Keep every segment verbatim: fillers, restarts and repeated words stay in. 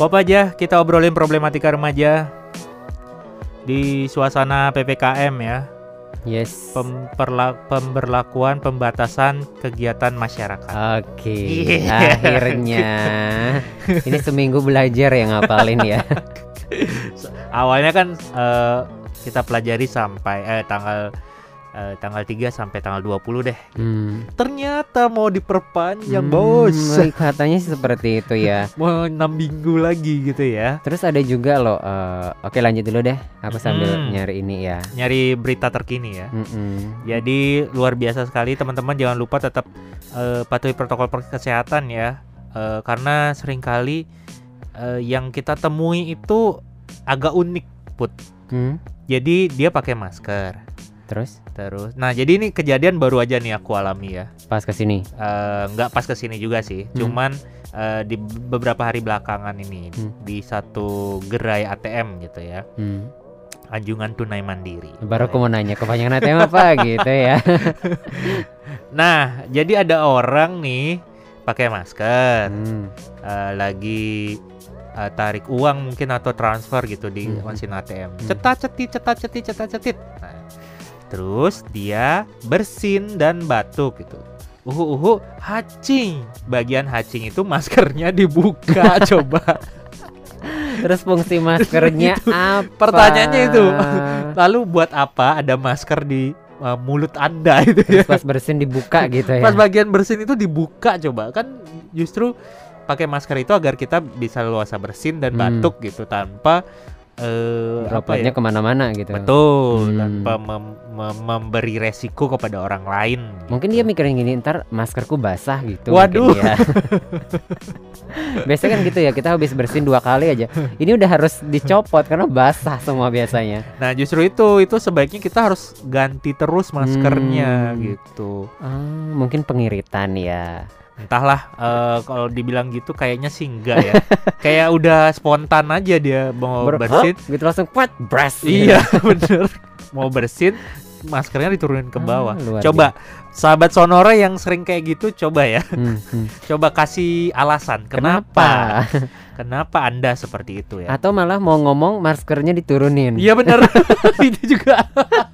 Pop aja kita obrolin problematika remaja di suasana P P K M ya. Yes. Pemperla- pemberlakuan pembatasan kegiatan masyarakat. Oke. Yeah. Akhirnya ini seminggu belajar ya ngapalin ya. Awalnya kan uh, kita pelajari sampai eh tanggal uh, tanggal tiga sampai tanggal dua puluh deh. Hmm. Ternyata mau diperpanjang, Hmm, Bos. Katanya sih seperti itu ya. Mau enam minggu lagi gitu ya. Terus ada juga loh. Uh, Oke lanjut dulu deh. Aku sambil Hmm. nyari ini ya. Nyari berita terkini ya. Mm-mm. Jadi luar biasa sekali teman-teman, jangan lupa tetap uh, patuhi protokol kesehatan ya. Uh, karena seringkali uh, yang kita temui itu agak unik, Put. Hmm. Jadi dia pakai masker. Terus Terus, nah jadi ini kejadian baru aja nih aku alami ya. pas kesini. Uh, nggak pas kesini juga sih, Hmm. cuman uh, di beberapa hari belakangan ini Hmm. di satu gerai A T M gitu ya, Hmm. anjungan tunai mandiri. Baru aku mau nanya kepanjangan A T M apa gitu ya. Nah, jadi ada orang nih pakai masker, Hmm. uh, lagi uh, tarik uang mungkin atau transfer gitu di Hmm. mesin A T M. Hmm. Cetat cetit, cetat cetit, cetat cetit. Nah, terus dia bersin dan batuk gitu. Uhu uhu hacing. Bagian hacing itu maskernya dibuka. Coba. Terus fungsi maskernya Itu, apa? pertanyaannya itu. Lalu buat apa ada masker di uh, mulut Anda itu ya? Terus pas bersin dibuka gitu ya. Pas bagian bersin itu dibuka, coba. Kan justru pakai masker itu agar kita bisa leluasa bersin dan Hmm. batuk gitu tanpa eh, apa ya? Dropletnya kemana-mana gitu. Betul, Hmm. tanpa mem- mem- memberi resiko kepada orang lain. Mungkin gitu. dia mikirin gini, ntar maskerku basah gitu. Waduh. mungkin ya. Biasanya kan gitu ya, kita habis bersin dua kali aja. Ini udah harus dicopot karena basah semua biasanya. Nah justru itu itu sebaiknya kita harus ganti terus maskernya Hmm. gitu. Ah, mungkin pengiritan ya. Entahlah, eh, kalau dibilang gitu kayaknya sih enggak ya. Kayak udah spontan aja dia mau Ber- bersin. Hop, gitu langsung pet bras. Iya bener. Mau bersin maskernya diturunin ke bawah. Ah, luar Coba sahabat Sonora yang sering kayak gitu coba ya. Hmm, hmm. Coba kasih alasan kenapa kenapa Anda seperti itu ya. Atau malah mau ngomong maskernya diturunin. Iya bener. Itu juga.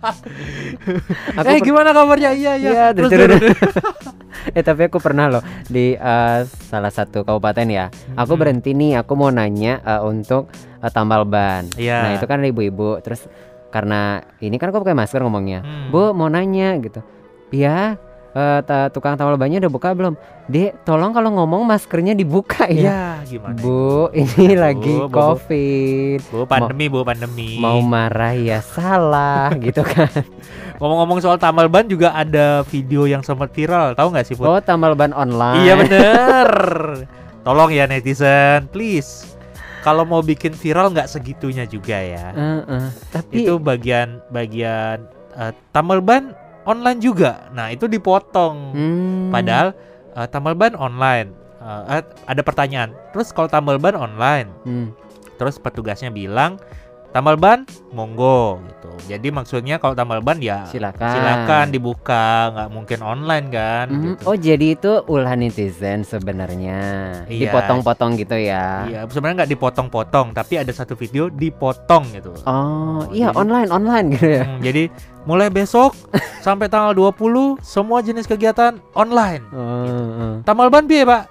Aku eh per- gimana kabarnya? Iya iya. Iya, Terus diturunin. turun. Eh tapi aku pernah loh di uh, salah satu kabupaten ya. Aku Mhm. berhenti nih, aku mau nanya uh, untuk uh, tambal ban. Iya. Nah itu kan ada ibu-ibu. Terus karena ini kan aku pakai masker ngomongnya. Hmm. Bu mau nanya gitu. Iya. uh, ta- tukang tambal bannya udah buka belum? Dek, tolong kalau ngomong maskernya dibuka ya. Iya gimana? Bu, ini Bu, lagi Bu, Bu. COVID. Bu pandemi, Bu pandemi. Mau marah ya salah gitu kan. Ngomong-ngomong soal tambal ban juga ada video yang sempat viral, tahu nggak sih, Put? Oh, tambal ban online. Iya bener. Tolong ya netizen, please. Kalau mau bikin viral nggak segitunya juga ya. Uh, uh. Tapi Itu bagian bagian uh, tambal ban online juga. Nah itu dipotong. Hmm. Padahal uh, tambal ban online. Uh, ada pertanyaan. Terus kalau tambal ban online, Hmm. terus petugasnya bilang tambal ban monggo gitu. Jadi maksudnya kalau tambal ban ya Silakan. silakan dibuka, nggak mungkin online kan. Mhm. Gitu. Oh jadi itu ulah netizen sebenarnya. Iya. Dipotong-potong gitu ya. Iya, sebenarnya nggak dipotong-potong, tapi ada satu video dipotong gitu. Oh, Oh, iya jadi- online online gitu ya. Hmm, jadi mulai besok sampai tanggal dua puluh semua jenis kegiatan online. Oh, oh. Tambal ban piye, Pak?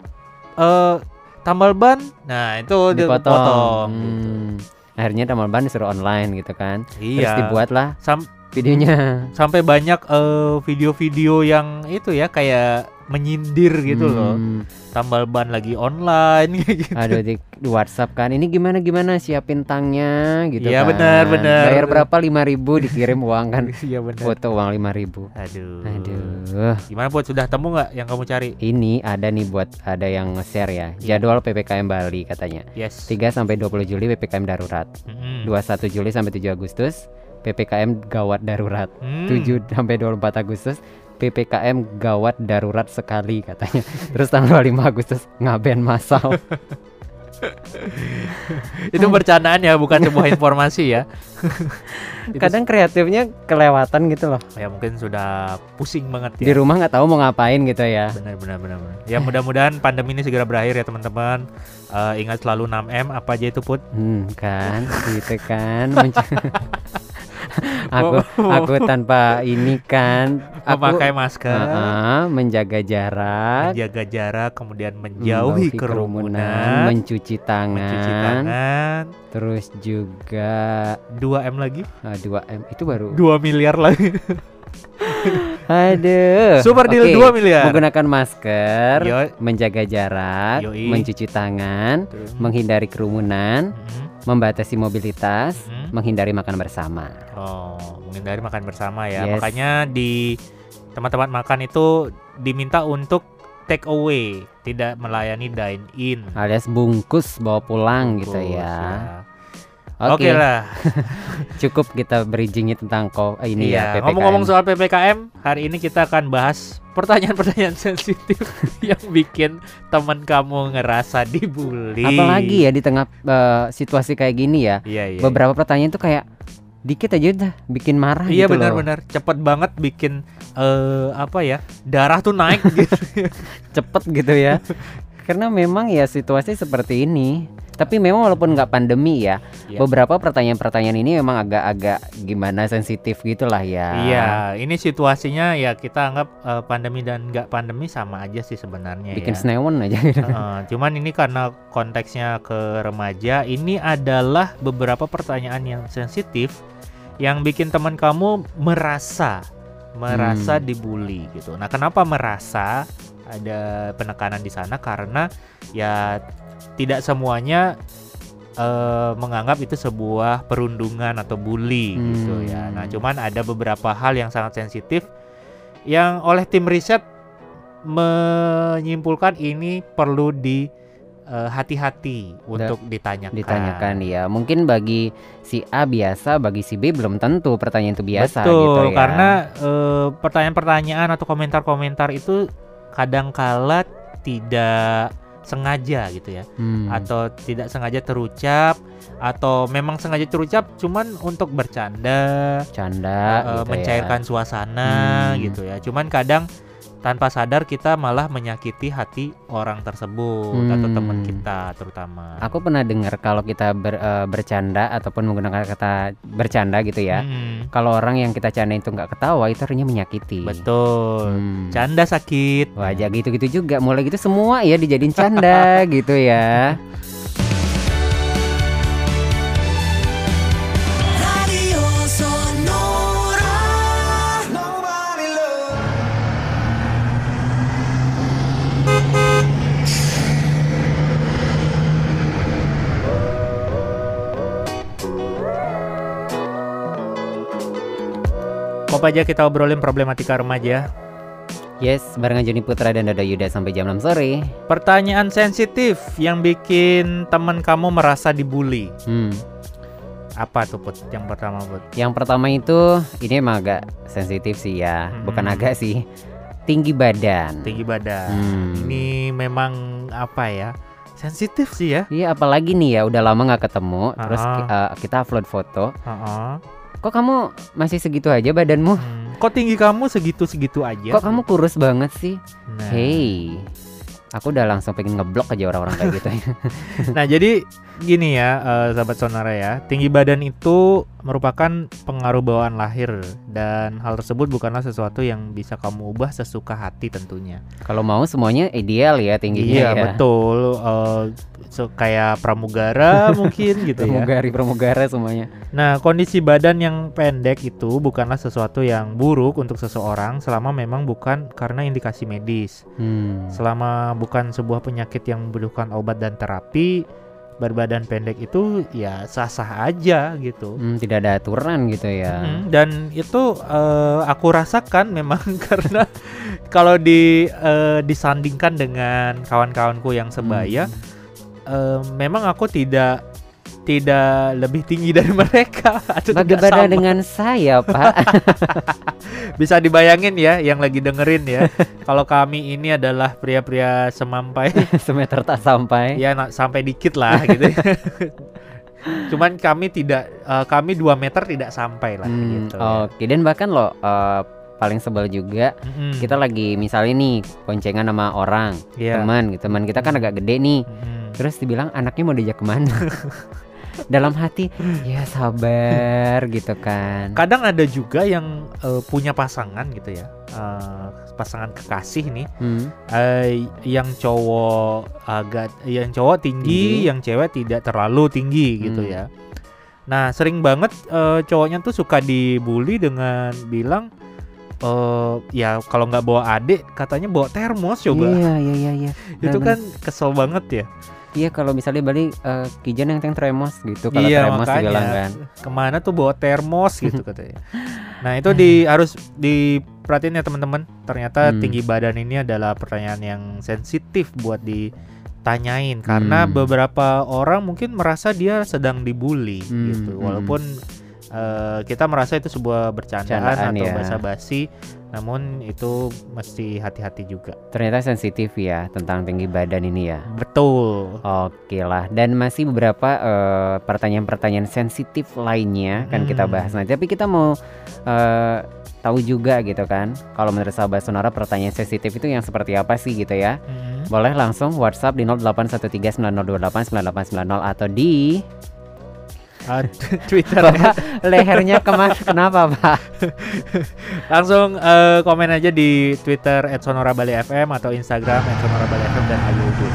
Eh, tambal ban. Nah, itu Dipotong. dipotong gitu. Hmm. Akhirnya tambal ban disuruh online gitu kan. Terus Iya. dibuatlah Sam- videonya. sampai banyak eh, video-video yang itu ya kayak menyindir gitu loh. Hmm. Tambal ban lagi online kayak gitu. Aduh di, di WhatsApp kan. Ini gimana gimana siapin tangnya gitu Iya, kan. benar, benar. Bayar berapa lima ribu dikirim uang kan. Iya benar. Foto uang lima ribu. Aduh. Aduh. Gimana buat sudah temu nggak yang kamu cari? Ini ada nih buat ada yang nge-share ya. Jadwal P P K M Bali katanya. Yes. tiga sampai dua puluh Juli P P K M darurat. Mm-mm. dua puluh satu Juli sampai tujuh Agustus P P K M gawat darurat. Hmm. tujuh sampai dua puluh empat Agustus P P K M gawat darurat sekali katanya. Terus tanggal dua puluh lima Agustus ngaben massal. Itu bercandaan ya, bukan sebuah informasi ya. Itu Kadang kreatifnya kelewatan gitu loh. ya mungkin sudah pusing banget Di ya. rumah nggak tahu mau ngapain gitu ya. Benar benar benar. benar. Ya mudah-mudahan pandemi ini segera berakhir ya teman-teman. Eh, ingat selalu enam M, apa aja itu Put? Hmm, kan, gitu kan. Menc- aku aku tanpa ini kan, aku Memakai masker, uh-uh, menjaga jarak, menjaga jarak, kemudian menjauhi menjauhi kerumunan, mencuci tangan, mencuci tangan, terus juga dua M lagi, uh, dua M itu baru. dua miliar lagi. Aduh. Super deal Oke, dua miliar. Menggunakan masker, Yo. menjaga jarak, Yoi. mencuci tangan, Terus, menghindari kerumunan, mhm, membatasi mobilitas, mhm. menghindari makan bersama. Oh, menghindari makan bersama ya. Yes. Makanya di tempat-tempat makan itu diminta untuk take away, tidak melayani dine in. Alias bungkus bawa pulang gitu Bungkus, ya. Oke Oke, lah. cukup kita bridging tentang ko- ini Iya, ya P P K M. ngomong-ngomong soal P P K M, hari ini kita akan bahas pertanyaan-pertanyaan sensitif yang bikin teman kamu ngerasa dibully. Apalagi ya di tengah eh, situasi kayak gini ya. Iya, iya. Beberapa pertanyaan tuh kayak dikit aja udah bikin marah Iya gitu loh. benar-benar cepet banget bikin eh apa ya, darah tuh naik gitu. Cepet gitu ya. Karena memang ya situasi seperti ini. Tapi memang walaupun nggak pandemi ya, Iya. beberapa pertanyaan-pertanyaan ini memang agak-agak gimana sensitif gitulah ya. Iya, ini situasinya ya kita anggap eh, pandemi dan nggak pandemi sama aja sih sebenarnya Bikin ya. senewan aja gitu. Heeh, cuman ini karena konteksnya ke remaja, ini adalah beberapa pertanyaan yang sensitif yang bikin teman kamu merasa merasa Hmm. dibully gitu. Nah, kenapa merasa ada penekanan di sana? Karena ya tidak semuanya eh, menganggap itu sebuah perundungan atau bully gitu ya. Hmm. Nah, cuman ada beberapa hal yang sangat sensitif yang oleh tim riset menyimpulkan ini perlu di eh, hati-hati untuk ditanyakan. Ditanyakan ya. Mungkin bagi si A biasa, bagi si B belum tentu pertanyaan itu biasa Betul, gitu ya. karena eh, pertanyaan-pertanyaan atau komentar-komentar itu kadangkala tidak sengaja gitu ya, Hmm. atau tidak sengaja terucap, atau memang sengaja terucap cuman untuk bercanda, canda eh, gitu mencairkan ya. suasana Hmm. gitu ya. Cuman kadang tanpa sadar kita malah menyakiti hati orang tersebut atau teman Hmm. kita terutama. Aku pernah dengar kalau kita ber- eh, bercanda ataupun menggunakan kata bercanda gitu ya. Mm-mm. Kalau orang yang kita candain itu nggak ketawa itu artinya menyakiti. Betul. Hmm. Canda sakit. Wah, aja gitu-gitu juga. Mulai gitu semua ya dijadiin canda gitu ya. Radio Sonora. Nobody love. Mau aja kita obrolin problematika remaja. Yes, barengan Joni Putra dan Dodo Yuda sampai jam enam sore. Pertanyaan sensitif yang bikin teman kamu merasa dibully. Hmm. Apa tuh Put? Yang pertama Put? Yang pertama itu ini emang agak sensitif sih ya, Hmm. bukan agak sih. Tinggi badan. Tinggi badan. Hmm. Ini memang apa ya? Sensitif sih ya. Iya, apalagi nih ya udah lama nggak ketemu, terus Ah. ki- uh, kita upload foto. Heeh. Kok kamu masih segitu aja badanmu? Hmm. Kok tinggi kamu segitu-segitu aja? Kok kamu kurus banget sih? Nah. Hey, aku udah langsung pengen ngeblok aja orang-orang kayak gitu ya. Nah, jadi gini ya, eh, sahabat Sonara ya. Tinggi badan itu merupakan pengaruh bawaan lahir dan hal tersebut bukanlah sesuatu yang bisa kamu ubah sesuka hati tentunya. Kalau mau semuanya ideal ya tingginya Iya, ya. betul. Eh, so, kayak pramugara mungkin gitu ya. Pramugari-pramugara semuanya. Nah, kondisi badan yang pendek itu bukanlah sesuatu yang buruk untuk seseorang selama memang bukan karena indikasi medis. Hmm. Selama bukan sebuah penyakit yang membutuhkan obat dan terapi, berbadan pendek itu ya sah-sah aja gitu. Hmm, tidak ada aturan gitu ya. Mm, dan itu eh, aku rasakan memang karena kalau di eh, disandingkan dengan kawan-kawanku yang sebaya, eh, memang aku tidak tidak lebih tinggi dari mereka atau tidak Bagaimana sama. dengan saya, Pak? Bisa dibayangin ya yang lagi dengerin ya. Kalau kami ini adalah pria-pria semampai. Semeter tak sampai. Ya nak sampai dikit lah gitu. Cuman kami tidak eh, kami dua meter tidak sampai lah Hmm, gitu. ya. Oke, dan bahkan lo eh, paling sebel juga Mm-mm. kita lagi misalnya nih boncengan sama orang, Iya. teman gitu. Teman kita kan agak gede nih. Mm-mm. Terus dibilang anaknya mau diajak kemana? Dalam hati, ya sabar gitu kan. Kadang ada juga yang eh, punya pasangan gitu ya. Eh, pasangan kekasih nih. Hmm. Eh, yang cowok agak yang cowok tinggi, Tinggi. yang cewek tidak terlalu tinggi gitu Hmm. ya. Nah, sering banget eh, cowoknya tuh suka dibully dengan bilang eh ya kalau nggak bawa adik katanya bawa termos coba. Iya, iya, iya, iya. Itu Benar-benar. kan kesel banget ya. Iya, kalau misalnya balik eh, Kijan yang teng tremos gitu, kalau Iya, tremos makanya. dibilang kan. Kemana tuh bawa termos gitu katanya. Nah, itu di harus diperhatiin ya teman-teman. Ternyata Hmm. tinggi badan ini adalah pertanyaan yang sensitif buat ditanyain karena Hmm. beberapa orang mungkin merasa dia sedang dibully Hmm, gitu. hmm. Walaupun eh, kita merasa itu sebuah bercandaan Bercandaan, atau ya. basa-basi, namun itu mesti hati-hati juga. Ternyata sensitif ya tentang tinggi badan ini ya. Betul. Oke lah, dan masih beberapa eh, pertanyaan-pertanyaan sensitif lainnya kan kita Hmm. bahas nanti. Tapi kita mau eh, tahu juga gitu kan, kalau menurut sahabat Sonora pertanyaan sensitif itu yang seperti apa sih gitu ya? Hmm. Boleh langsung WhatsApp di nol delapan satu tiga sembilan nol dua delapan sembilan delapan sembilan nol atau di Ah, Twitter. Bapak lehernya kemana? Kenapa Pak? Langsung eh, komen aja di Twitter et sonora bali f m atau Instagram et sonora bali f m dan ayo ubud.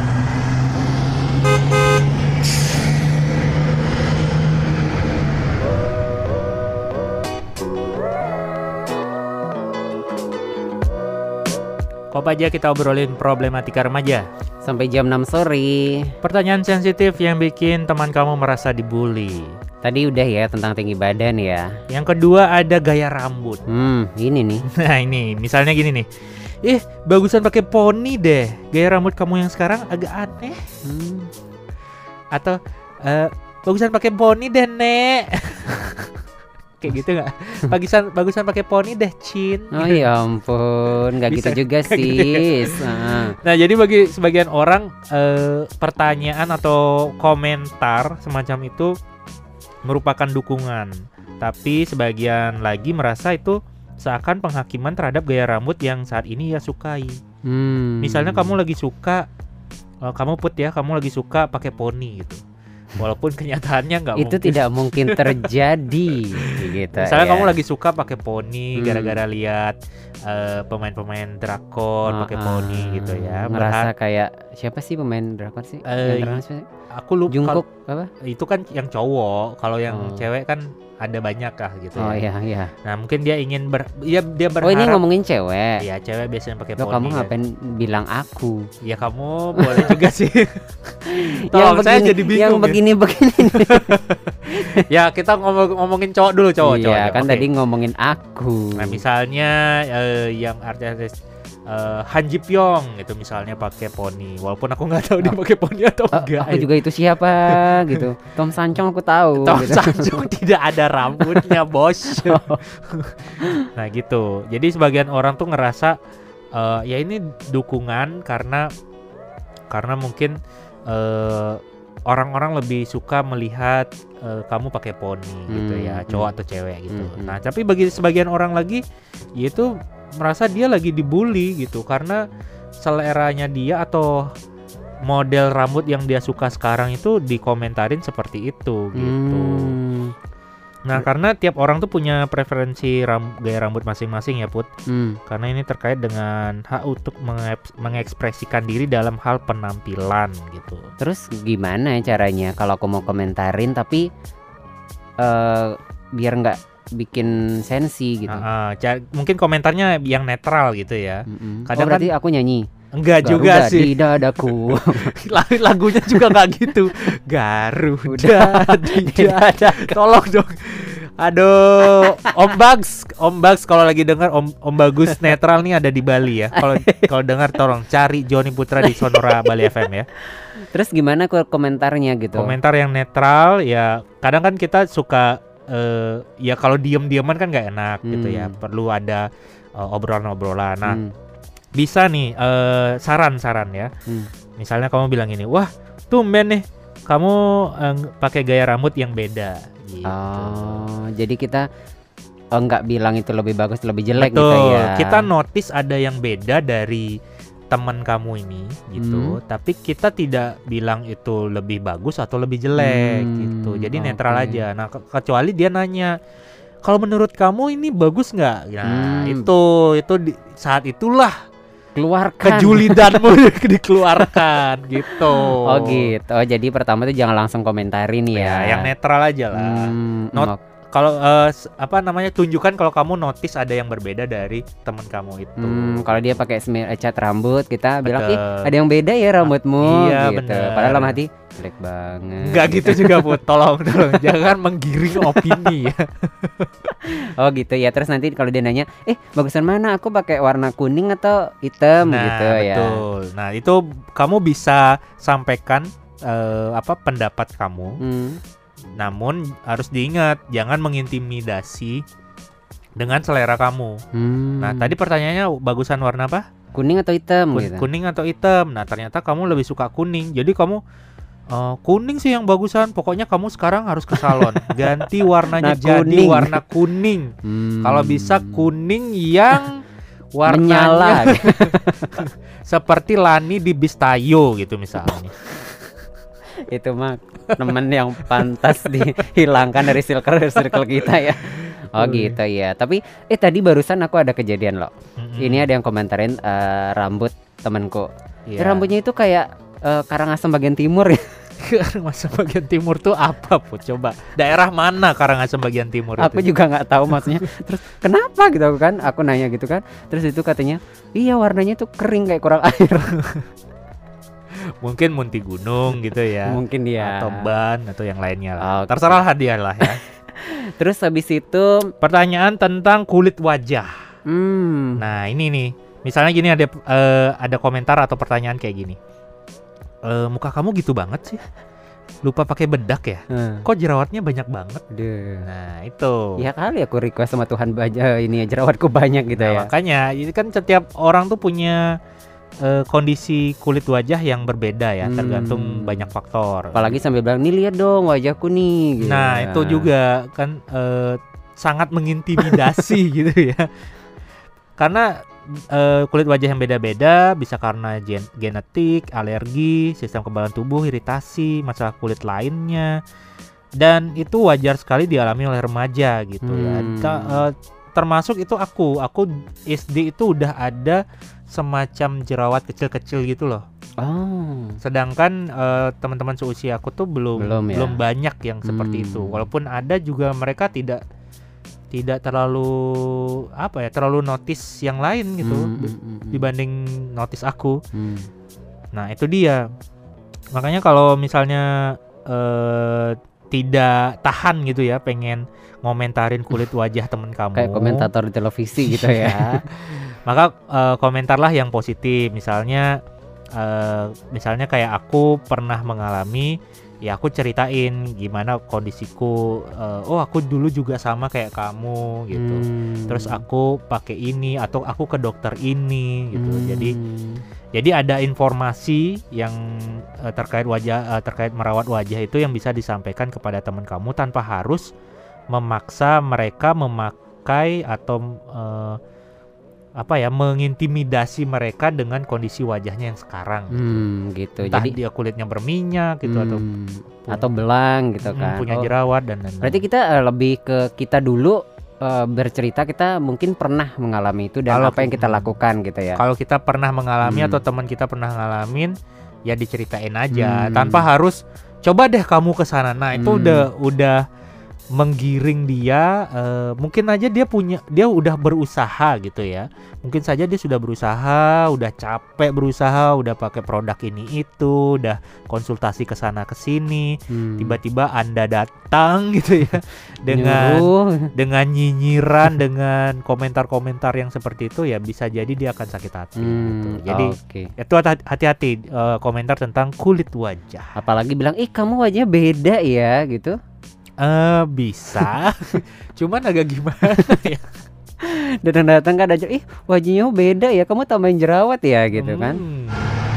Kok aja kita obrolin problematika remaja. Sampai jam enam sore. Pertanyaan sensitif yang bikin teman kamu merasa dibully. Tadi udah ya tentang tinggi badan ya. Yang kedua ada gaya rambut. Hmm, ini nih. Nah ini misalnya gini nih. Ih bagusan pakai poni deh. Gaya rambut kamu yang sekarang agak aneh. Hmm. Atau eh, bagusan pakai poni deh nek. Kayak gitu nggak? Bagusan bagusan pakai poni deh Cin. Oh ya ampun, nggak Bisa gitu juga kayak gitu ya. sis. Ah. Nah jadi bagi sebagian orang eh, pertanyaan atau komentar semacam itu merupakan dukungan. Tapi sebagian lagi merasa itu seakan penghakiman terhadap gaya rambut yang saat ini ia sukai. Hmm. Misalnya kamu lagi suka, eh, kamu put ya, kamu lagi suka pakai poni gitu. Walaupun kenyataannya nggak itu mungkin. tidak mungkin terjadi gitu. Misalnya ya. kamu lagi suka pakai poni Hmm. gara-gara lihat eh, pemain-pemain drakor pakai Ah, poni ah. gitu ya. Ngerasa Berha- kayak siapa sih pemain drakor sih? Eh, Yang terkenal siapa sih? aku lupa. Jungkook apa? Itu kan yang cowok, kalau yang Oh. cewek kan ada banyak kah gitu Oh ya. iya iya. Nah mungkin dia ingin ber, ya dia Oh ini berharap. ngomongin cewek. Ya cewek biasanya pakai Loh poni. kamu kan. ngapain bilang aku? Ya kamu boleh juga sih. yang Tolong saya begini, jadi bingung. yang ya. begini-begini. Ya kita ngomong ngomongin cowok dulu cowok cowok. Iya kan Oke. tadi ngomongin aku. Nah misalnya eh, yang artis eh, Han Ji Pyong gitu misalnya pakai poni. Walaupun aku nggak tahu dia pakai poni atau Eh, enggak. aku ya. juga itu siapa gitu. Tom Sancong aku tahu. Tom gitu. Sanjung tidak ada rambutnya bos. Nah gitu. Jadi sebagian orang tuh ngerasa eh, ya ini dukungan karena karena mungkin eh, orang-orang lebih suka melihat eh, kamu pakai poni gitu Hmm, ya, hmm. cowok atau cewek gitu. Hmm, hmm. Nah tapi bagi sebagian orang lagi, yaitu merasa dia lagi dibully gitu karena seleranya dia atau model rambut yang dia suka sekarang itu dikomentarin seperti itu gitu. Hmm, Nah, karena tiap orang tuh punya preferensi ram- gaya rambut masing-masing ya, Put. hmm. Karena ini terkait dengan hak untuk mengep- mengekspresikan diri dalam hal penampilan gitu. Terus gimana ya caranya kalau aku mau komentarin tapi eh biar nggak bikin sensi gitu. Ah, ah, ca- mungkin komentarnya yang netral gitu ya. Mm-mm. kadang oh berarti aku nyanyi. Enggak Garuda juga sih. di dadaku. Lag- Lagunya juga nggak gitu. Garuda Udah. di dadaku. Tolong dong. Aduh, Om Bags, Om Bags kalau lagi dengar Om Om Bagus netral nih ada di Bali ya. Kalau kalau dengar tolong cari Joni Putra di Sonora Bali F M ya. Terus gimana ko- komentarnya gitu? Komentar yang netral ya. Kadang kan kita suka eh, ya kalau diem-dieman kan nggak enak gitu ya. Hmm. Perlu ada eh, obrolan-obrolan. Nah, Hmm. bisa nih eh, saran-saran ya. Hmm. Misalnya kamu bilang ini, wah tumben nih kamu eh, pakai gaya rambut yang beda. Gitu. Oh, jadi kita oh, nggak bilang itu lebih bagus lebih jelek Betul. gitu ya. Kita notice ada yang beda dari teman kamu ini gitu, Hmm. tapi kita tidak bilang itu lebih bagus atau lebih jelek Hmm, gitu. Jadi netral oke. aja. Nah, ke- kecuali dia nanya, kalau menurut kamu ini bagus nggak? Nah, Hmm. itu itu di, saat itulah Keluarkan. kejulidanmu dikeluarkan gitu. Oh gitu. Oh, jadi pertama tuh jangan langsung komentarin ya. Ya, yang netral aja lah. Hmm, Not- ok- Kalau eh, s- apa namanya tunjukkan kalau kamu notice ada yang berbeda dari teman kamu itu. Hmm, kalau dia pakai smear eh, cat rambut, kita bilang ih Betul. ada yang beda ya rambutmu iya, gitu. bener. Padahal dalam hati jelek banget. Enggak gitu juga Put, tolong tolong jangan menggiring opini ya. Oh gitu ya. Terus nanti kalau dia nanya, "Eh, bagusan mana? Aku pakai warna kuning atau hitam?" Nah, gitu ya. betul. Nah, itu kamu bisa sampaikan eh, apa pendapat kamu. Hmm. Namun harus diingat jangan mengintimidasi dengan selera kamu. Hmm. Nah, tadi pertanyaannya bagusan warna apa? kuning atau hitam Kun- gitu. Kuning atau hitam. Nah, ternyata kamu lebih suka kuning. Jadi kamu eh, kuning sih yang bagusan. Pokoknya kamu sekarang harus ke salon. Ganti warnanya Nah, jadi kuning. warna kuning. Hmm. Kalau bisa kuning yang Menyala. warnanya seperti Lani di Bistayo gitu misalnya. Itu mah temen yang pantas dihilangkan dari circle circle kita ya. Oh gitu ya. Tapi eh tadi barusan aku ada kejadian loh. Mm-mm. Ini ada yang komentarin eh, rambut temanku. Iya. Eh, rambutnya itu kayak eh, Karangasem bagian timur ya. Karangasem bagian timur tuh apa Put? Coba daerah mana Karangasem bagian timur Aku itu? juga nggak tahu maksudnya. Terus kenapa gitu kan? Aku nanya gitu kan. Terus itu katanya, iya warnanya tuh kering kayak kurang air. Mungkin Munti Gunung gitu ya. Mungkin dia. Atau ban atau yang lainnya lah. Oke. Terserah hadiah lah ya. Terus habis itu, Pertanyaan tentang kulit wajah. hmm, Nah, ini nih. Misalnya gini ada eh, ada komentar atau pertanyaan kayak gini. Eh, muka kamu gitu banget sih. Lupa pakai bedak ya? eh, Kok jerawatnya banyak banget? deh. Nah, itu. Ya kali aku request sama Tuhan baca ini ya, jerawatku banyak gitu Nah, ya. makanya ini kan setiap orang tuh punya eh, kondisi kulit wajah yang berbeda ya, Hmm. tergantung banyak faktor. Apalagi sambil bilang, nih lihat dong wajahku nih. Gitu. Nah, itu juga kan eh, sangat mengintimidasi gitu ya. Karena eh, kulit wajah yang beda-beda bisa karena gen- genetik, alergi, sistem kekebalan tubuh, iritasi, masalah kulit lainnya. Dan itu wajar sekali dialami oleh remaja gitu ya. Hmm. Ta- eh, termasuk itu aku, aku S D itu udah ada semacam jerawat kecil-kecil gitu loh. Oh. Sedangkan eh, teman-teman seusia aku tuh belum Belum belum, ya? banyak yang seperti Hmm. itu. Walaupun ada juga mereka tidak tidak terlalu apa ya, terlalu notice yang lain gitu Hmm, di- hmm, hmm, hmm. dibanding notice aku. Hmm. Nah, itu dia. Makanya kalau misalnya eh, tidak tahan gitu ya pengen ngomentarin kulit wajah temen kamu. Kayak komentator di televisi gitu ya. Maka eh, komentarlah yang positif. Misalnya eh, misalnya kayak aku pernah mengalami, ya aku ceritain gimana kondisiku. eh, oh, aku dulu juga sama kayak kamu gitu. Hmm. Terus aku pakai ini atau aku ke dokter ini gitu. Hmm. Jadi jadi ada informasi yang eh, terkait wajah eh, terkait merawat wajah itu yang bisa disampaikan kepada teman kamu tanpa harus memaksa mereka memakai atau eh, apa ya, mengintimidasi mereka dengan kondisi wajahnya yang sekarang. Hmm, gitu. Entah Jadi dia kulitnya berminyak gitu atau hmm, atau belang gitu mm, kan. punya Oh, jerawat dan lain-lain. berarti kita eh, lebih ke kita dulu eh, bercerita kita mungkin pernah mengalami itu dan Kalau- apa yang kita hmm. lakukan gitu ya. Kalau kita pernah mengalami Hmm. atau teman kita pernah ngalamin, ya diceritain aja Hmm. tanpa harus coba deh kamu ke sana. Nah, itu Hmm. udah udah menggiring dia. eh, mungkin aja dia punya dia udah berusaha gitu ya. Mungkin saja dia sudah berusaha, udah capek berusaha, udah pakai produk ini itu, udah konsultasi ke sana ke sini. Hmm. Tiba-tiba Anda datang gitu ya dengan Nyuruh. dengan nyinyiran, dengan komentar-komentar yang seperti itu, ya bisa jadi dia akan sakit hati gitu. Hmm, Jadi oke. itu hati- hati-hati eh, komentar tentang kulit wajah. Apalagi bilang, ih kamu wajahnya beda ya gitu. Eh bisa, cuman agak gimana ya? Datang-datang kan aja, ih wajahnya beda ya, kamu tambahin jerawat ya gitu kan. Hmm.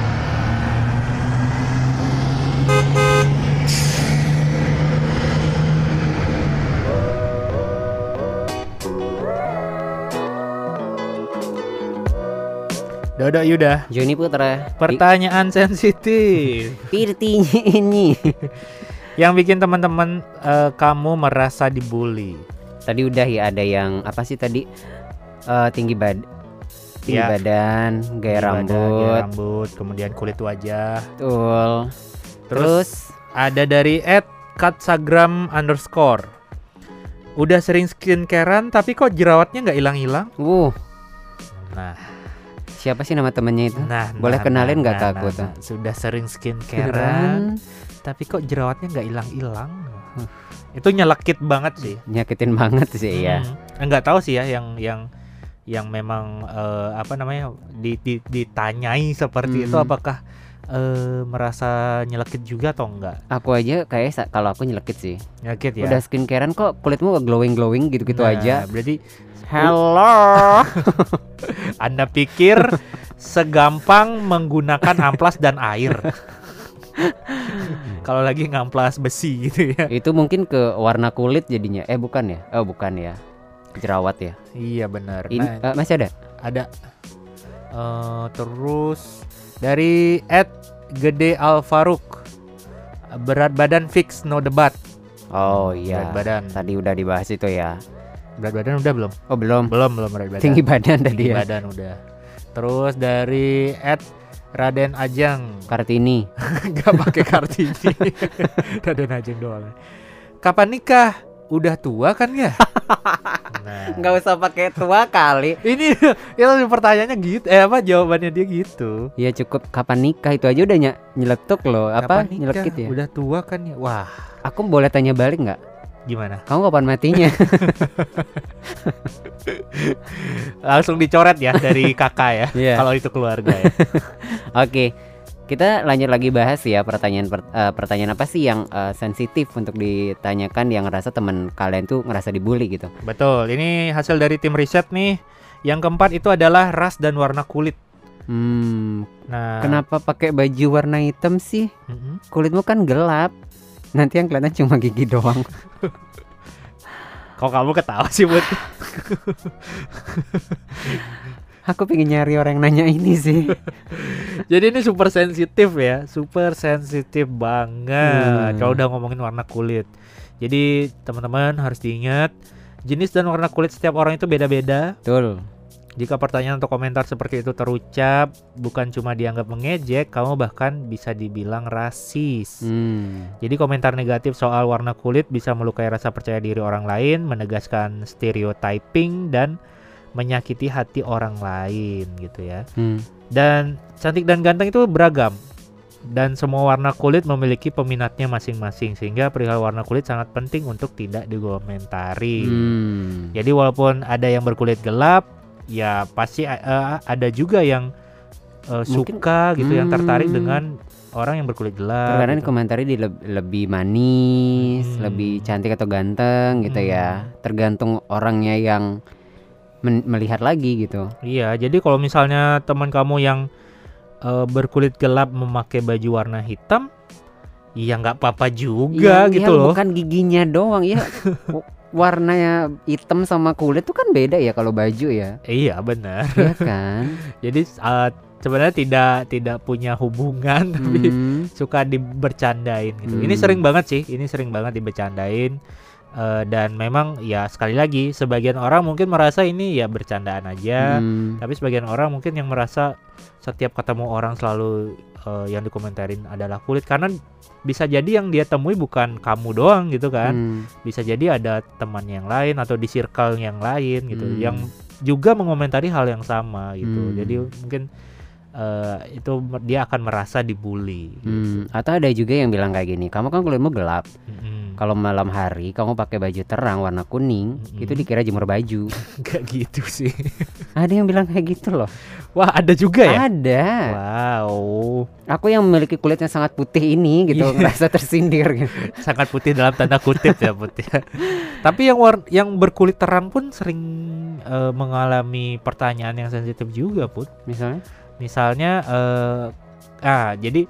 Dodo Yuda, Joni Putra, pertanyaan sensitif Pirtinya ini. yang bikin teman-teman eh, kamu merasa dibully. Tadi udah ya, ada yang apa sih tadi? Eh, tinggi bad tinggi Ya. badan, gaya Gaya rambut. rambut, kemudian kulit wajah. Betul. Terus, ada dari at katsagram underscore. Udah sering skincarean tapi kok jerawatnya nggak hilang-hilang? Uh, Nah, siapa sih nama temennya itu? nah, Boleh nah, kenalin nah, nggak nah, ke aku nah, tuh? nah. Sudah sering skincarean Keren. tapi kok jerawatnya nggak hilang-hilang? Itu nyelekit banget sih. Nyakitin banget sih ya. Hmm. Enggak tahu sih ya yang yang yang memang eh, apa namanya di, di- ditanyai seperti itu Hmm. apakah eh, merasa nyelekit juga atau enggak? Aku aja kayak sa- kalau aku nyelekit sih. Nyelekit ya. Udah skincare kok kulitmu glowing glowing gitu-gitu Nah, aja. Berarti Hello. Anda pikir segampang menggunakan amplas dan air? Kalau lagi ngamplas besi gitu ya. Itu mungkin ke warna kulit jadinya. Eh bukan ya? Oh bukan ya. Jerawat ya. Iya benar. Ini Nah, eh, masih ada? ada eh, terus dari Ed Gede Alfaruk, berat badan fix no debat. Oh iya. Berat badan. Tadi udah dibahas itu ya. Berat badan udah belum? Oh belum. Belum belum berat badan. Tinggi badan tadi Tinggi ya. badan udah. Terus dari Ed Raden Ajeng, Kartini. nggak pakai Kartini. Raden Ajeng doang. Kapan nikah? Udah tua kan ya? Nah, Nggak usah pakai tua kali. ini itu pertanyaannya gitu. Eh apa jawabannya dia gitu? Ya cukup kapan nikah itu aja udah ny- nyeletuk loh. Apa Kapan nikah? nyelekit ya? Udah tua kan ya? Wah, Aku boleh tanya balik nggak? gimana? Kamu kapan matinya? Langsung dicoret ya dari kakak ya. Iya. Kalau itu keluarga ya. Oke, kita lanjut lagi bahas ya pertanyaan per- eh, pertanyaan apa sih yang eh, sensitif untuk ditanyakan yang ngerasa teman kalian tuh ngerasa dibully gitu. Betul. Ini hasil dari tim riset nih. Yang keempat itu adalah ras dan warna kulit. Hmm, Nah, kenapa pakai baju warna hitam sih? Mm-mm. Kulitmu kan gelap. Nanti yang kelihatan cuma gigi doang. Kok kamu ketawa sih, Bud? Aku pengen nyari orang yang nanya ini sih. Jadi ini super sensitif ya, super sensitif banget Hmm. kalau udah ngomongin warna kulit. Jadi teman-teman harus diingat, jenis dan warna kulit setiap orang itu beda-beda. Betul. Jika pertanyaan atau komentar seperti itu terucap, bukan cuma dianggap mengejek, kamu bahkan bisa dibilang rasis. Hmm. Jadi komentar negatif soal warna kulit bisa melukai rasa percaya diri orang lain, menegaskan stereotyping dan menyakiti hati orang lain gitu ya. Hmm. Dan cantik dan ganteng itu beragam. Dan semua warna kulit memiliki peminatnya masing-masing, sehingga perihal warna kulit sangat penting untuk tidak dikomentari. Hmm. Jadi walaupun ada yang berkulit gelap, ya pasti uh, ada juga yang uh, Mungkin- suka gitu, yang tertarik Hmm. dengan orang yang berkulit gelap. Terkadang gitu. komentari di leb- lebih manis, Hmm. lebih cantik atau ganteng gitu ya. Hmm. Tergantung orangnya yang men- melihat lagi gitu. Iya, jadi kalau misalnya teman kamu yang uh, berkulit gelap memakai baju warna hitam, ya nggak apa-apa juga Iya, gitu iya, loh. Bukan giginya doang ya. W- Warnanya hitam sama kulit tuh kan beda ya kalau baju ya. Iya benar. Iya kan? Jadi uh, sebenarnya tidak tidak punya hubungan tapi Hmm. suka dibercandain gitu. Hmm. Ini sering banget sih, ini sering banget dibercandain. Eh, dan memang ya sekali lagi sebagian orang mungkin merasa ini ya bercandaan aja, Hmm. tapi sebagian orang mungkin yang merasa setiap ketemu orang selalu eh, yang dikomentarin adalah kulit, karena bisa jadi yang dia temui bukan kamu doang gitu kan, Hmm. bisa jadi ada teman yang lain atau di circle yang lain gitu Hmm. yang juga mengomentari hal yang sama gitu. Hmm. Jadi mungkin eh, itu dia akan merasa dibully. Hmm. Atau ada juga yang bilang kayak gini, kamu kan kulitmu gelap. Mm-mm. Kalau malam hari kamu pakai baju terang warna kuning, Mm-mm. itu dikira jemur baju. Enggak gitu sih. Ada yang bilang kayak gitu loh. Wah, ada juga ya? Ada. Wow. Aku yang memiliki kulit yang sangat putih ini gitu, Iya. ngerasa tersindir gitu. Sangat putih dalam tanda kutip ya putih. Tapi yang war- yang berkulit terang pun sering eh, mengalami pertanyaan yang sensitif juga, Put. Misalnya? Misalnya eh ah jadi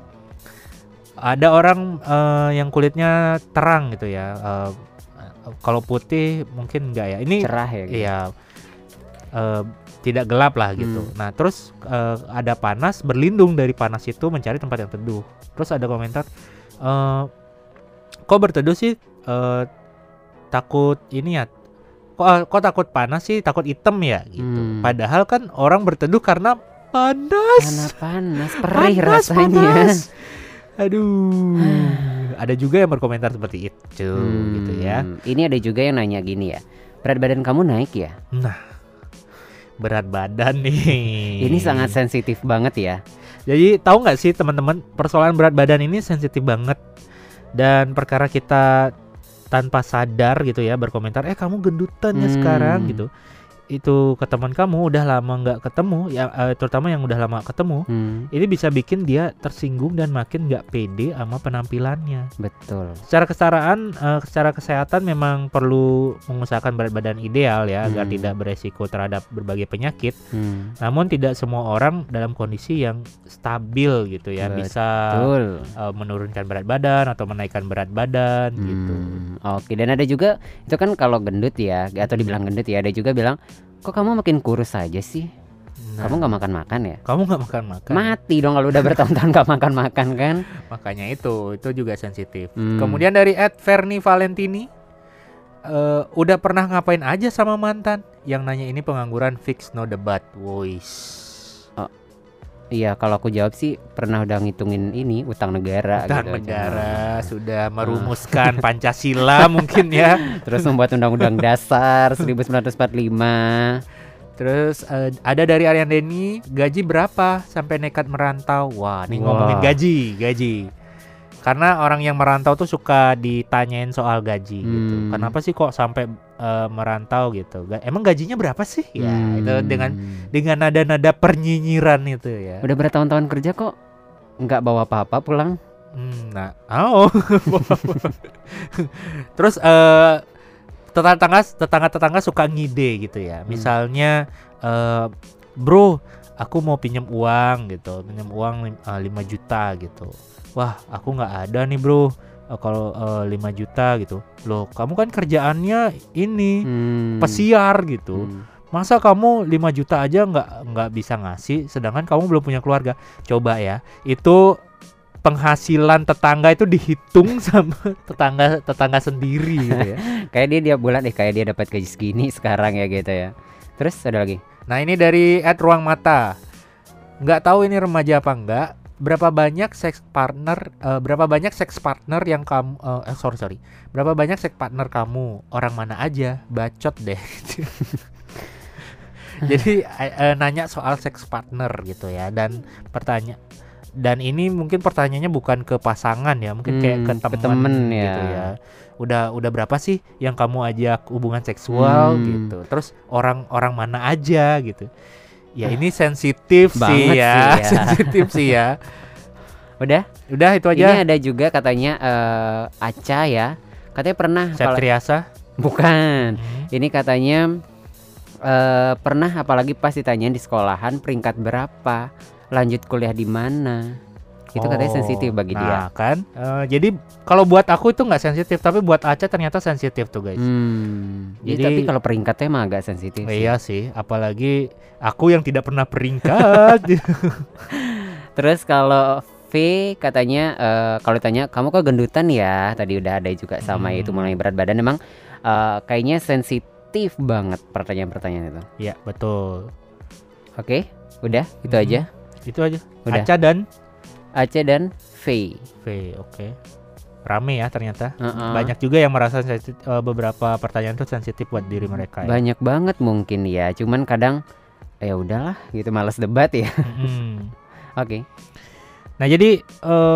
ada orang eh, yang kulitnya terang gitu ya. Eh, kalau putih mungkin enggak ya. Ini Cerah ya gitu. iya eh, tidak gelap lah gitu. Hmm. Nah, terus eh, ada panas, berlindung dari panas itu mencari tempat yang teduh. Terus ada komentar, eh, kok berteduh sih? Eh, takut ini ya? Kok, eh, kok takut panas sih? Takut hitam ya? Gitu. Hmm. Padahal kan orang berteduh karena panas. Karena panas, perih Panas, rasanya. panas. Aduh. Ada juga yang berkomentar seperti itu Hmm, gitu ya. Ini ada juga yang nanya gini ya. Berat badan kamu naik ya? Nah, berat badan nih. Ini sangat sensitif banget ya. Jadi tahu nggak sih teman-teman, persoalan berat badan ini sensitif banget. Dan perkara kita tanpa sadar gitu ya berkomentar, eh kamu gendutan ya Hmm. sekarang gitu. Itu ke teman kamu udah lama nggak ketemu, ya eh, terutama yang udah lama ketemu, Hmm, ini bisa bikin dia tersinggung dan makin nggak pede sama penampilannya. betul. Secara kesetaraan, eh, secara kesehatan memang perlu mengusahakan berat badan ideal ya agar Hmm. tidak beresiko terhadap berbagai penyakit. Hmm, Namun tidak semua orang dalam kondisi yang stabil gitu ya bisa betul. uh, menurunkan berat badan atau menaikkan berat badan gitu. Hmm, Oke, dan ada juga itu kan kalau gendut ya, atau dibilang gendut ya, ada juga bilang, kok kamu makin kurus aja sih? Nah, Kamu nggak makan-makan ya? kamu nggak makan-makan. Mati dong kalau udah bertahun-tahun nggak makan-makan kan? Makanya itu itu juga sensitif. Hmm. Kemudian dari Ed Ferni Valentini, uh, udah pernah ngapain aja sama mantan? Yang nanya ini pengangguran fix no debat. Wois. Iya, kalau aku jawab sih pernah udah ngitungin ini utang negara. Utang gitu. negara sudah merumuskan Pancasila mungkin ya. Terus membuat undang-undang dasar seribu sembilan ratus empat puluh lima. Terus eh, ada dari Aryan Denny, gaji berapa sampai nekat merantau? Wah, nih Wah. ngomongin gaji, gaji. Karena orang yang merantau tuh suka ditanyain soal gaji gitu. Hmm. Kenapa sih kok sampai eh, merantau gitu? Ga- Emang gajinya berapa sih? Ya, Hmm. itu dengan dengan nada-nada pernyinyiran itu ya. Udah bertahun-tahun kerja kok nggak bawa apa-apa pulang. Hmm, nah, oh. Terus eh tetangga tetangga-tetangga suka ngide gitu ya. Misalnya eh bro, aku mau pinjam uang gitu, pinjam uang lim- eh, lima juta gitu. Wah, aku nggak ada nih bro. Eh, kalau eh, lima juta gitu. Loh, kamu kan kerjaannya ini Hmm. pesiar gitu. Hmm. Masa kamu lima juta aja nggak nggak bisa ngasih, sedangkan kamu belum punya keluarga. Coba ya, itu penghasilan tetangga itu dihitung sama tetangga tetangga sendiri gitu ya. Kayak dia dia bulan eh kayak dia dapat gaji segini sekarang ya gitu ya. Terus ada lagi. Nah ini dari Ed Ruang Mata. Nggak tahu ini remaja apa enggak. Berapa banyak seks partner? eh, berapa banyak seks partner yang kamu? eh, sorry sorry. Berapa banyak seks partner kamu? Orang mana aja? Bacot deh. Jadi eh, eh, nanya soal seks partner gitu ya. Dan pertanyaan. Dan ini mungkin pertanyaannya bukan ke pasangan ya, mungkin kayak ke Hmm, ke teman temen gitu ya. ya. Udah udah berapa sih yang kamu ajak hubungan seksual Hmm. gitu. Terus orang-orang mana aja gitu. Ya ini sensitif sih Banget ya, sih ya. sensitif sih ya. Udah? Udah itu Ini aja. ada juga katanya eh, Aca ya. Katanya pernah apala- Septriasa. bukan. Hmm. Ini katanya eh, pernah apalagi pas ditanyain di sekolahan peringkat berapa, lanjut kuliah di mana. Itu katanya Oh, sensitif bagi dia. Nah kan, Eh, jadi kalau buat aku itu nggak sensitif, tapi buat Aca ternyata sensitif tuh guys. Hmm. Jadi, Jadi- tapi kalau peringkatnya emang agak sensitif. sih. Iya sih, apalagi aku yang tidak pernah peringkat. Terus kalau V katanya eh, kalau ditanya kamu kok gendutan ya, tadi udah ada juga sama Hmm. itu mulai berat badan. Emang eh, kayaknya sensitif banget pertanyaan-pertanyaan itu. Iya betul. Oke, udah itu Mhm. aja. Itu aja. Udah. Aca dan Aceh dan V. V, oke. Rame ya ternyata. Heeh. Banyak juga yang merasa sensitif, eh, beberapa pertanyaan tuh sensitif buat diri mereka ya. Banyak banget mungkin ya, cuman kadang ya udahlah gitu, malas debat ya. Mm-mm. Oke. Nah jadi eh,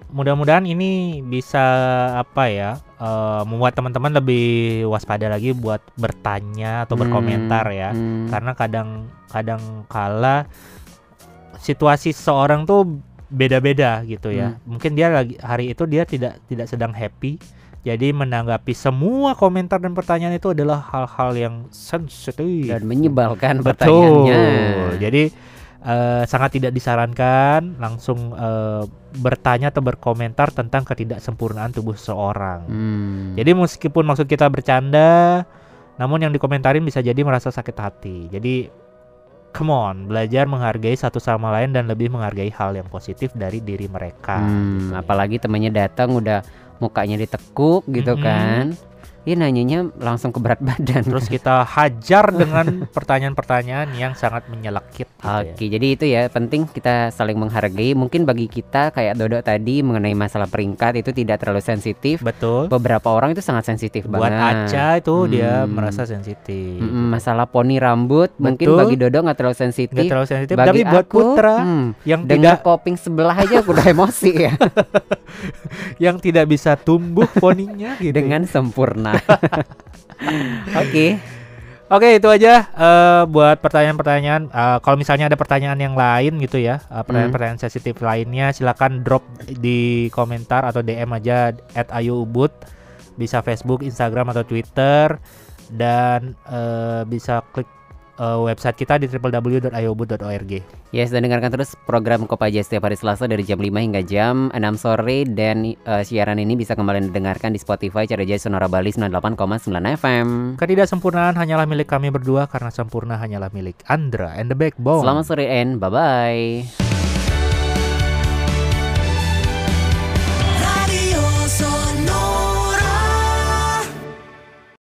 mudah-mudahan ini bisa apa ya, eh, membuat teman-teman lebih waspada lagi buat bertanya atau Hmm, berkomentar ya. hmm. Karena kadang kadang kala situasi seseorang tuh beda-beda gitu ya. Hmm. Mungkin dia lagi hari itu dia tidak tidak sedang happy. Jadi menanggapi semua komentar dan pertanyaan itu adalah hal-hal yang sensitif Dan menyebalkan Betul. pertanyaannya. Jadi eh, sangat tidak disarankan langsung eh, bertanya atau berkomentar tentang ketidaksempurnaan tubuh seseorang. Hmm. Jadi meskipun maksud kita bercanda, namun yang dikomentarin bisa jadi merasa sakit hati. Jadi come on, belajar menghargai satu sama lain dan lebih menghargai hal yang positif dari diri mereka. Hmm, gitu ya. apalagi temannya datang udah mukanya ditekuk gitu Mm-mm. kan. Dia nanyanya langsung ke berat badan. Terus kita hajar dengan pertanyaan-pertanyaan yang sangat menyelekit gitu ya. Oke, jadi itu ya penting kita saling menghargai. Mungkin bagi kita kayak Dodo tadi mengenai masalah peringkat itu tidak terlalu sensitif. Betul. Beberapa orang itu sangat sensitif Buat banget. Aca itu dia Hmm. merasa sensitif. Mm-mm, masalah poni rambut mungkin Betul. bagi Dodo nggak terlalu sensitif. Nggak terlalu sensitif, Bagi tapi buat aku, Putra hmm, yang dengar tidak koping sebelah aja aku udah emosi ya yang tidak bisa tumbuh poninya gitu. dengan sempurna. Oke. Oke, itu aja eh, buat pertanyaan-pertanyaan. Eh, kalau misalnya ada pertanyaan yang lain gitu ya, eh, pertanyaan-pertanyaan sensitif lainnya, silakan drop di komentar atau D M aja at ayu ubud. Bisa Facebook, Instagram atau Twitter, dan eh, bisa klik eh, website kita di w w w dot ayu ubud dot org. Yes, dan dengarkan terus program Kopaja setiap hari Selasa dari jam lima hingga jam enam sore. Dan eh, siaran ini bisa kembali didengarkan di Spotify Cari Aja Sonora Bali sembilan puluh delapan koma sembilan F M. Ketidaksempurnaan hanyalah milik kami berdua, karena sempurna hanyalah milik Andra and the Backbone. Selamat sore and bye-bye.